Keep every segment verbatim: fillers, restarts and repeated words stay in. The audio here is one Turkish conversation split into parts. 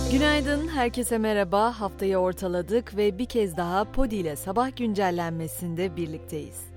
Günaydın, herkese merhaba. Haftayı ortaladık ve bir kez daha Podi ile sabah güncellenmesinde birlikteyiz.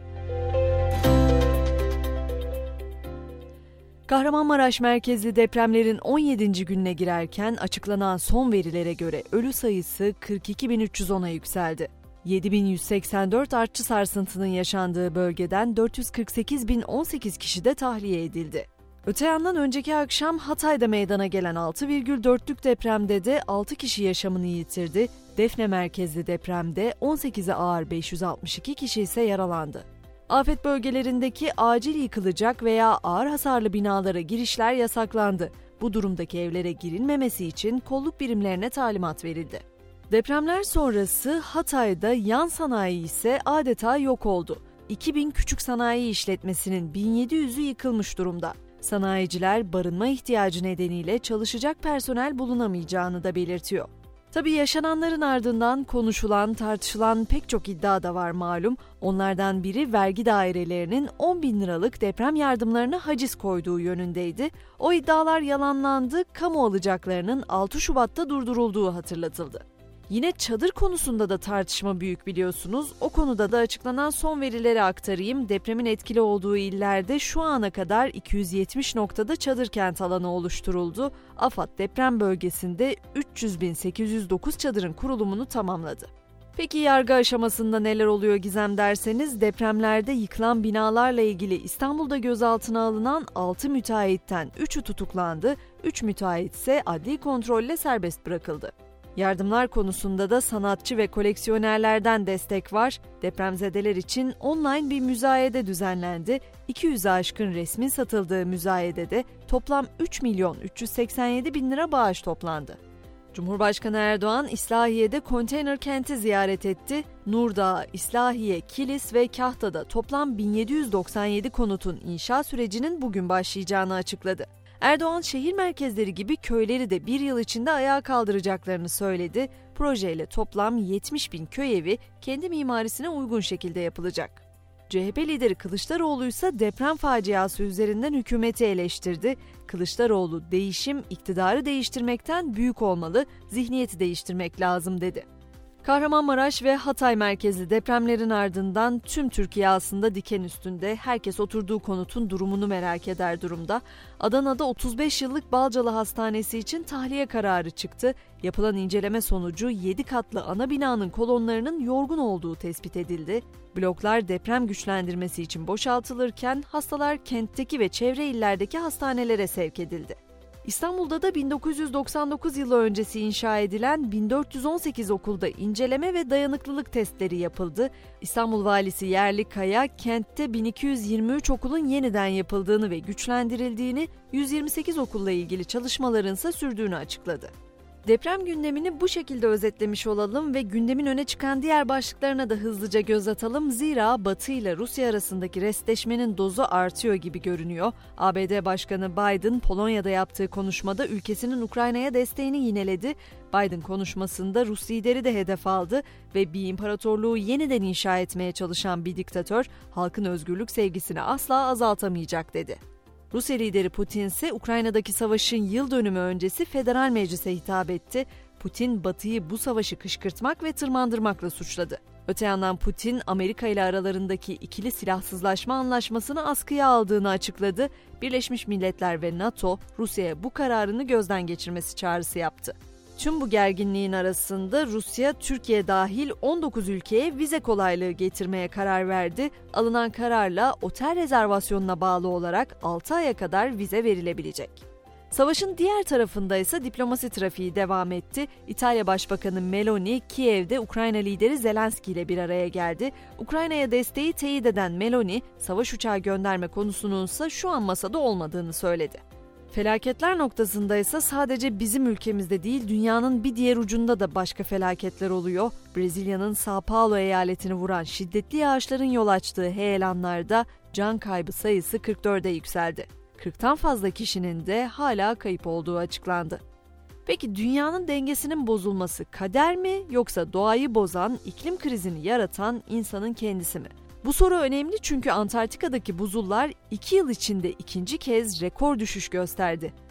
Kahramanmaraş merkezli depremlerin on yedinci gününe girerken açıklanan son verilere göre ölü sayısı kırk iki bin üç yüz ona yükseldi. yedi bin yüz seksen dört artçı sarsıntının yaşandığı bölgeden dört yüz kırk sekiz bin on sekiz kişi de tahliye edildi. Öte yandan önceki akşam Hatay'da meydana gelen altı virgül dörtlük depremde de altı kişi yaşamını yitirdi. Defne merkezli depremde on sekizi ağır beş yüz altmış iki kişi ise yaralandı. Afet bölgelerindeki acil yıkılacak veya ağır hasarlı binalara girişler yasaklandı. Bu durumdaki evlere girilmemesi için kolluk birimlerine talimat verildi. Depremler sonrası Hatay'da yan sanayi ise adeta yok oldu. iki bin küçük sanayi işletmesinin bin yedi yüzü yıkılmış durumda. Sanayiciler barınma ihtiyacı nedeniyle çalışacak personel bulunamayacağını da belirtiyor. Tabii yaşananların ardından konuşulan, tartışılan pek çok iddia da var malum. Onlardan biri vergi dairelerinin on bin liralık deprem yardımlarına haciz koyduğu yönündeydi. O iddialar yalanlandı, kamu alacaklarının altı Şubat'ta durdurulduğu hatırlatıldı. Yine çadır konusunda da tartışma büyük biliyorsunuz. O konuda da açıklanan son verileri aktarayım. Depremin etkili olduğu illerde şu ana kadar iki yüz yetmiş noktada çadır kent alanı oluşturuldu. AFAD deprem bölgesinde üç yüz bin sekiz yüz dokuz çadırın kurulumunu tamamladı. Peki yargı aşamasında neler oluyor Gizem derseniz, depremlerde yıkılan binalarla ilgili İstanbul'da gözaltına alınan altı müteahhitten üçü tutuklandı, üç müteahhit ise adli kontrolle serbest bırakıldı. Yardımlar konusunda da sanatçı ve koleksiyonerlerden destek var. Depremzedeler için online bir müzayede düzenlendi. iki yüze aşkın resmin satıldığı müzayedede toplam üç milyon üç yüz seksen yedi bin lira bağış toplandı. Cumhurbaşkanı Erdoğan, İslahiye'de konteyner kenti ziyaret etti. Nurdağ, İslahiye, Kilis ve Kahta'da toplam bin yedi yüz doksan yedi konutun inşa sürecinin bugün başlayacağını açıkladı. Erdoğan, şehir merkezleri gibi köyleri de bir yıl içinde ayağa kaldıracaklarını söyledi. Projeyle toplam yetmiş bin köy evi kendi mimarisine uygun şekilde yapılacak. C H P lideri Kılıçdaroğlu ise deprem faciası üzerinden hükümeti eleştirdi. Kılıçdaroğlu, değişim iktidarı değiştirmekten büyük olmalı, zihniyeti değiştirmek lazım dedi. Kahramanmaraş ve Hatay merkezli depremlerin ardından tüm Türkiye aslında diken üstünde, herkes oturduğu konutun durumunu merak eder durumda. Adana'da otuz beş yıllık Balcalı Hastanesi için tahliye kararı çıktı. Yapılan inceleme sonucu yedi katlı ana binanın kolonlarının yorgun olduğu tespit edildi. Bloklar deprem güçlendirmesi için boşaltılırken hastalar kentteki ve çevre illerdeki hastanelere sevk edildi. İstanbul'da da bin dokuz yüz doksan dokuz yılı öncesi inşa edilen bin dört yüz on sekiz okulda inceleme ve dayanıklılık testleri yapıldı. İstanbul Valisi Yerlikaya, kentte bin iki yüz yirmi üç okulun yeniden yapıldığını ve güçlendirildiğini, yüz yirmi sekiz okulla ilgili çalışmaların ise sürdüğünü açıkladı. Deprem gündemini bu şekilde özetlemiş olalım ve gündemin öne çıkan diğer başlıklarına da hızlıca göz atalım. Zira Batı ile Rusya arasındaki restleşmenin dozu artıyor gibi görünüyor. A B D Başkanı Biden, Polonya'da yaptığı konuşmada ülkesinin Ukrayna'ya desteğini yineledi. Biden konuşmasında Rus lideri de hedef aldı ve bir imparatorluğu yeniden inşa etmeye çalışan bir diktatör, halkın özgürlük sevgisini asla azaltamayacak dedi. Rusya lideri Putin ise Ukrayna'daki savaşın yıl dönümü öncesi Federal Meclis'e hitap etti. Putin, Batı'yı bu savaşı kışkırtmak ve tırmandırmakla suçladı. Öte yandan Putin, Amerika ile aralarındaki ikili silahsızlaşma anlaşmasını askıya aldığını açıkladı. Birleşmiş Milletler ve NATO, Rusya'ya bu kararını gözden geçirmesi çağrısı yaptı. Tüm bu gerginliğin arasında Rusya, Türkiye dahil on dokuz ülkeye vize kolaylığı getirmeye karar verdi. Alınan kararla otel rezervasyonuna bağlı olarak altı aya kadar vize verilebilecek. Savaşın diğer tarafında ise diplomasi trafiği devam etti. İtalya Başbakanı Meloni, Kiev'de Ukrayna lideri Zelenski ile bir araya geldi. Ukrayna'ya desteği teyit eden Meloni, savaş uçağı gönderme konusunun ise şu an masada olmadığını söyledi. Felaketler noktasında ise sadece bizim ülkemizde değil, dünyanın bir diğer ucunda da başka felaketler oluyor. Brezilya'nın São Paulo eyaletini vuran şiddetli yağışların yol açtığı heyelanlarda can kaybı sayısı kırk dörde yükseldi. kırktan fazla kişinin de hala kayıp olduğu açıklandı. Peki dünyanın dengesinin bozulması kader mi, yoksa doğayı bozan, iklim krizini yaratan insanın kendisi mi? Bu soru önemli çünkü Antarktika'daki buzullar iki yıl içinde ikinci kez rekor düşüş gösterdi.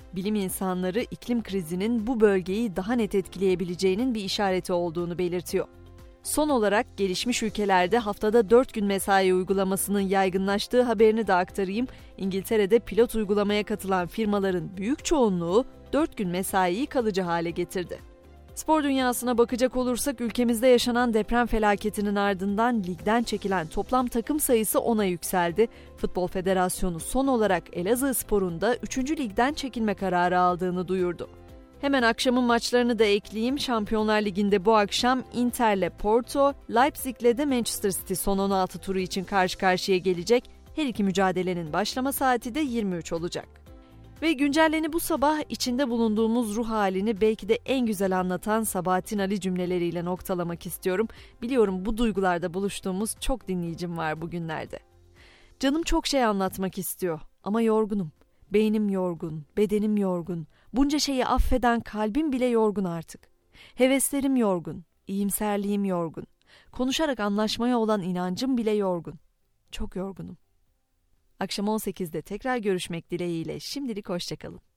Bilim insanları iklim krizinin bu bölgeyi daha net etkileyebileceğinin bir işareti olduğunu belirtiyor. Son olarak gelişmiş ülkelerde haftada dört gün mesai uygulamasının yaygınlaştığı haberini de aktarayım. İngiltere'de pilot uygulamaya katılan firmaların büyük çoğunluğu dört gün mesaiyi kalıcı hale getirdi. Spor dünyasına bakacak olursak ülkemizde yaşanan deprem felaketinin ardından ligden çekilen toplam takım sayısı ona yükseldi. Futbol Federasyonu son olarak Elazığspor'un da üçüncü ligden çekilme kararı aldığını duyurdu. Hemen akşamın maçlarını da ekleyeyim. Şampiyonlar Ligi'nde bu akşam Inter'le Porto, Leipzig'le de Manchester City son on altı turu için karşı karşıya gelecek. Her iki mücadelenin başlama saati de yirmi üç olacak. Ve güncelleni bu sabah içinde bulunduğumuz ruh halini belki de en güzel anlatan Sabahattin Ali cümleleriyle noktalamak istiyorum. Biliyorum bu duygularda buluştuğumuz çok dinleyicim var bugünlerde. Canım çok şey anlatmak istiyor ama yorgunum. Beynim yorgun, bedenim yorgun. Bunca şeyi affeden kalbim bile yorgun artık. Heveslerim yorgun, iyimserliğim yorgun. Konuşarak anlaşmaya olan inancım bile yorgun. Çok yorgunum. Akşam on sekizde tekrar görüşmek dileğiyle şimdilik hoşça kalın.